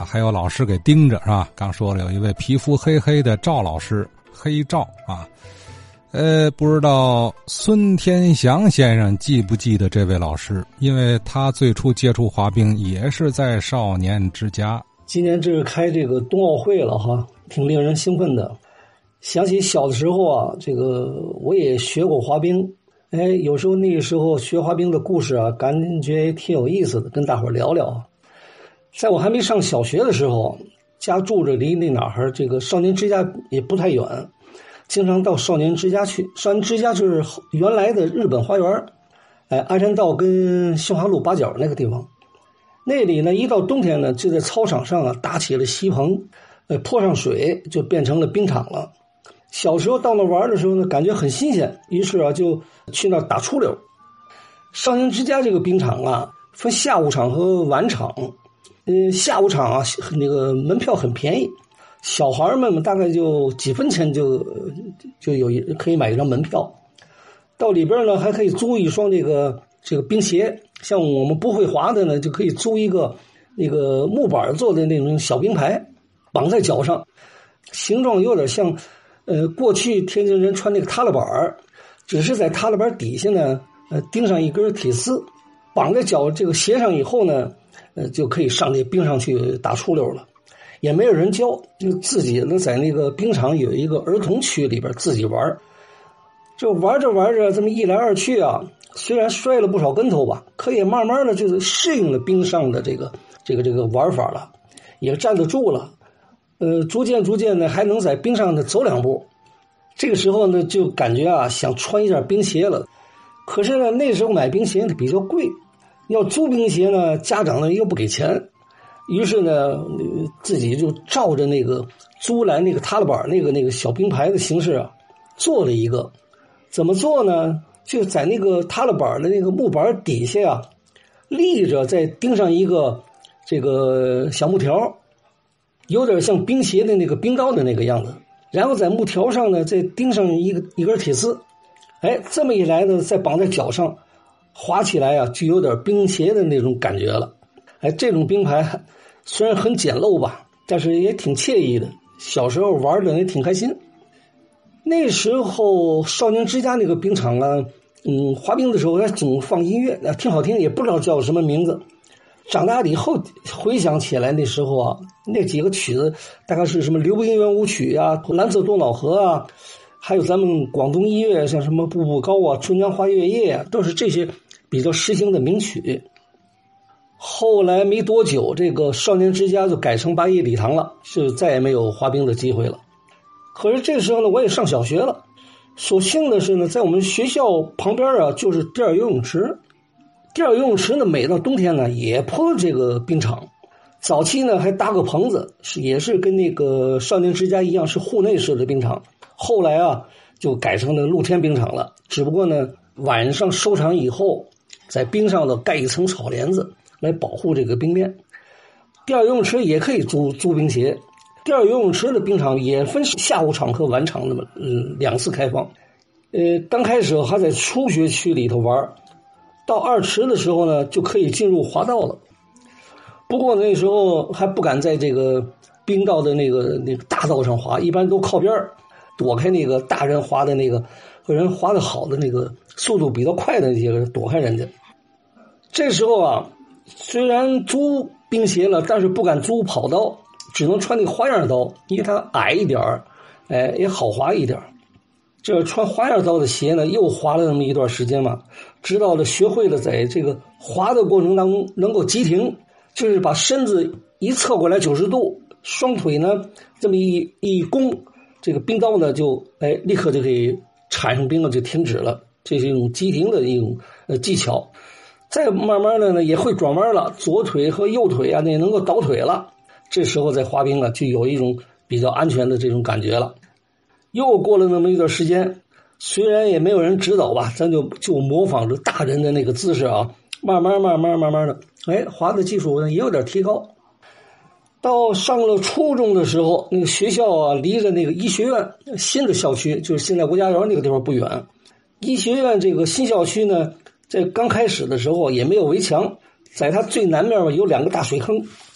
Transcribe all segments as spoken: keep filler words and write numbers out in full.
还有老师给盯着是吧？刚说了有一位皮肤黑黑的赵老师，黑赵啊。呃，不知道孙天祥先生记不记得这位老师，因为他最初接触滑冰也是在少年之家。 今年这是开这个冬奥会了哈，挺令人兴奋的。想起小的时候啊，这个我也学过滑冰，哎，有时候那个时候学滑冰的故事啊，感觉挺有意思的，跟大伙儿聊聊。在我还没上小学的时候，家住着离那哪儿这个少年之家也不太远，经常到少年之家去。少年之家就是原来的日本花园，哎，鞍山道跟新华路八角那个地方。那里呢，一到冬天呢，就在操场上啊搭起了锡棚，呃，泼上水就变成了冰场了。小时候到那玩的时候呢，感觉很新鲜，于是啊就去那打出溜。少年之家这个冰场啊，分下午场和晚场。嗯，下午场啊，那个门票很便宜，小孩们大概就几分钱就就有一可以买一张门票。到里边呢，还可以租一双这个这个冰鞋，像我们不会滑的呢，就可以租一个那个木板做的那种小冰牌，绑在脚上，形状有点像呃过去天津人穿那个踏拉板，只是在踏拉板底下呢，呃钉上一根铁丝，绑在脚这个鞋上以后呢。呃，就可以上那冰上去打出溜了，也没有人教，就自己呢在那个冰场有一个儿童区里边自己玩，就玩着玩着这么一来二去啊，虽然摔了不少跟头吧，可也慢慢的就是适应了冰上的这个这个这个玩法了，也站得住了，呃，逐渐逐渐的还能在冰上呢走两步，这个时候呢就感觉啊想穿一件冰鞋了，可是呢那时候买冰鞋呢比较贵。要租冰鞋呢，家长呢又不给钱，于是呢，自己就照着那个租来那个踏拉板那个那个小冰牌的形式啊，做了一个。怎么做呢？就在那个踏拉板的那个木板底下呀、啊，立着再钉上一个这个小木条，有点像冰鞋的那个冰刀的那个样子。然后在木条上呢，再钉上一个一根铁丝，哎，这么一来呢，再绑在脚上。滑起来啊，就有点冰鞋的那种感觉了。哎，这种冰牌虽然很简陋吧，但是也挺惬意的。小时候玩的也挺开心。那时候少年之家那个冰场啊，嗯，滑冰的时候还总放音乐，挺好听，也不知道叫什么名字。长大了以后回想起来，那时候啊，那几个曲子大概是什么《流冰圆舞曲》啊，《蓝色多瑙河》啊，还有咱们广东音乐，像什么《步步高》啊，《春江花月夜》啊，都是这些比较时兴的名曲。后来没多久，这个少年之家就改成八一礼堂了，是再也没有滑冰的机会了。可是这时候呢，我也上小学了。所幸的是呢，在我们学校旁边啊，就是第二游泳池。第二游泳池呢，每到冬天呢，也铺这个冰场。早期呢，还搭个棚子，是也是跟那个少年之家一样，是户内式的冰场。后来啊，就改成了露天冰场了。只不过呢，晚上收场以后，在冰上呢盖一层草帘子来保护这个冰面。第二游泳池也可以租租冰鞋。第二游泳池的冰场也分下午场和晚场那么嗯两次开放。呃，刚开始还在初学区里头玩，到二池的时候呢，就可以进入滑道了。不过那时候还不敢在这个冰道的那个那个大道上滑，一般都靠边儿，躲开那个大人滑的那个和人滑得好的那个速度比较快的那些人，躲开人家。这时候啊，虽然租冰鞋了，但是不敢租跑道，只能穿那个花样刀，因为它矮一点儿，哎，也好滑一点。这穿花样刀的鞋呢，又滑了那么一段时间嘛，直到了学会了在这个滑的过程当中能够急停，就是把身子一侧过来九十度，双腿呢这么一一弓，这个冰刀呢就哎立刻就可以铲上冰了，就停止了。这是一种急停的一种呃技巧。再慢慢的呢，也会转弯了，左腿和右腿啊，那也能够倒腿了。这时候在滑冰啊，就有一种比较安全的这种感觉了。又过了那么一段时间，虽然也没有人指导吧，咱就就模仿着大人的那个姿势啊，慢慢慢慢慢慢的，哎，滑的技术呢也有点提高。到上了初中的时候，那个学校啊，离着那个医学院新的校区，就是现在国家园那个地方不远。医学院这个新校区呢，在刚开始的时候也没有围墙，在它最南面有两个大水坑，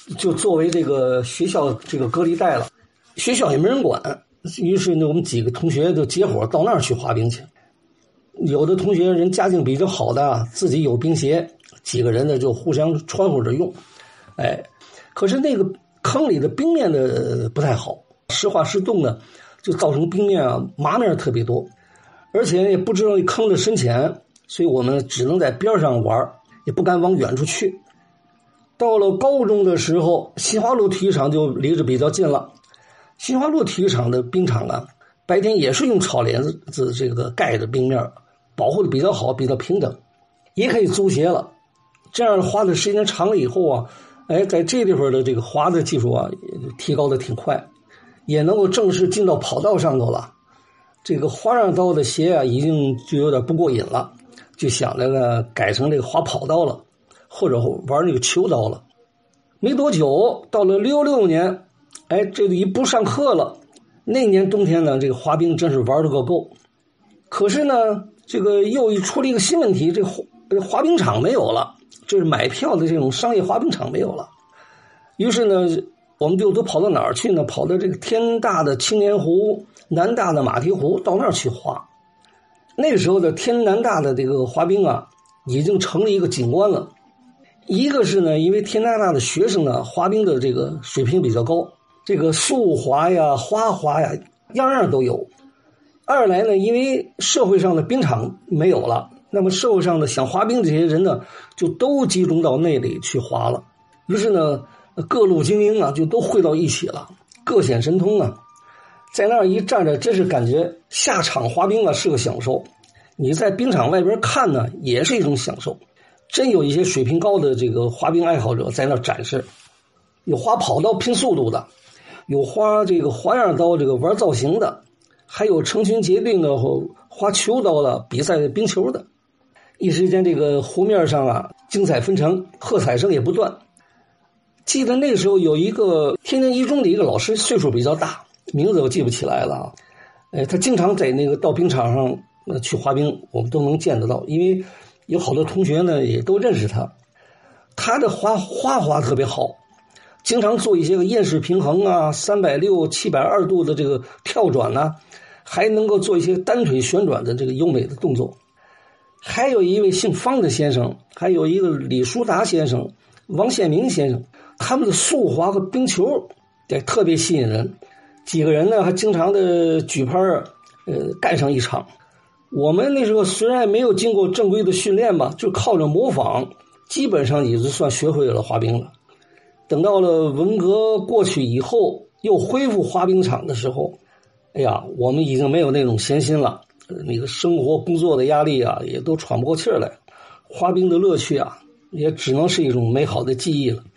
就作为这个学校这个隔离带了，学校也没人管。于是呢，我们几个同学就结伙到那儿去滑冰去。有的同学人家境比较好的，自己有冰鞋，几个人呢就互相穿乎着用。哎，可是那个坑里的冰面的不太好，湿滑湿冻呢，就造成冰面啊麻面特别多，而且也不知道坑的深浅，所以我们只能在边上玩，也不敢往远处去。到了高中的时候，新华路体育场就离着比较近了。新华路体育场的冰场啊，白天也是用草帘子这个盖的冰面，保护的比较好，比较平整，也可以租鞋了。这样滑的时间长了以后啊，哎，在这地方的这个滑的技术啊，提高的挺快，也能够正式进到跑道上头了。这个花样刀的鞋啊，已经就有点不过瘾了，就想着呢改成这个滑跑道了，或者玩那个球刀了。没多久，到了六六年，哎，这个一不上课了。那年冬天呢，这个滑冰真是玩了个够。可是呢，这个又出了一个新问题，这滑滑冰场没有了，就是买票的这种商业滑冰场没有了。于是呢，我们就都跑到哪儿去呢？跑到这个天大的青年湖、南大的马蹄湖，到那儿去滑。那个时候的天南大的这个滑冰啊，已经成了一个景观了。一个是呢，因为天南大的学生呢，滑冰的这个水平比较高，这个速滑呀、花滑呀，样样都有。二来呢，因为社会上的冰场没有了，那么社会上的想滑冰这些人呢，就都集中到那里去滑了。于是呢，各路精英啊，就都汇到一起了，各显神通啊。在那儿一站着，真是感觉下场滑冰啊是个享受，你在冰场外边看呢，也是一种享受。真有一些水平高的这个滑冰爱好者在那儿展示，有滑跑道拼速度的，有滑这个花样刀这个玩造型的，还有成群结队的滑球刀的比赛冰球的。一时间这个湖面上啊，精彩纷呈，喝彩声也不断。记得那时候有一个天津一中的一个老师，岁数比较大，名字我记不起来了啊。哎，他经常在那个到冰场上、呃、去滑冰，我们都能见得到，因为有好多同学呢也都认识他。他的滑滑滑特别好，经常做一些个燕式平衡啊、三百六、七百二度的这个跳转啊，还能够做一些单腿旋转的这个优美的动作。还有一位姓方的先生，还有一个李书达先生、王宪明先生，他们的速滑和冰球也特别吸引人。几个人呢还经常的举拍呃干上一场。我们那时候虽然没有经过正规的训练吧，就靠着模仿，基本上也就算学会了滑冰了。等到了文革过去以后，又恢复滑冰场的时候，哎呀，我们已经没有那种闲心了，那个生活工作的压力啊，也都喘不过气来。滑冰的乐趣啊，也只能是一种美好的记忆了。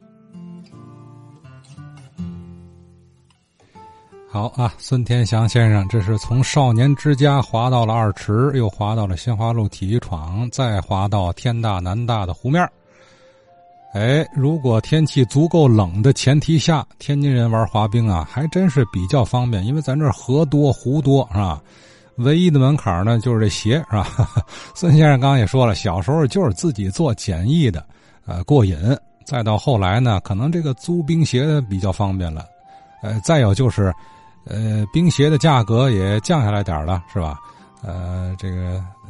好啊，孙天祥先生，这是从少年之家滑到了二池，又滑到了新华路体育场，再滑到天大南大的湖面。哎，如果天气足够冷的前提下，天津人玩滑冰啊，还真是比较方便，因为咱这儿河多湖多，是吧？唯一的门槛呢，就是这鞋，是吧？孙先生刚刚也说了，小时候就是自己做简易的，呃，过瘾。再到后来呢，可能这个租冰鞋比较方便了，呃，再有就是。呃，冰鞋的价格也降下来点了，是吧？呃，这个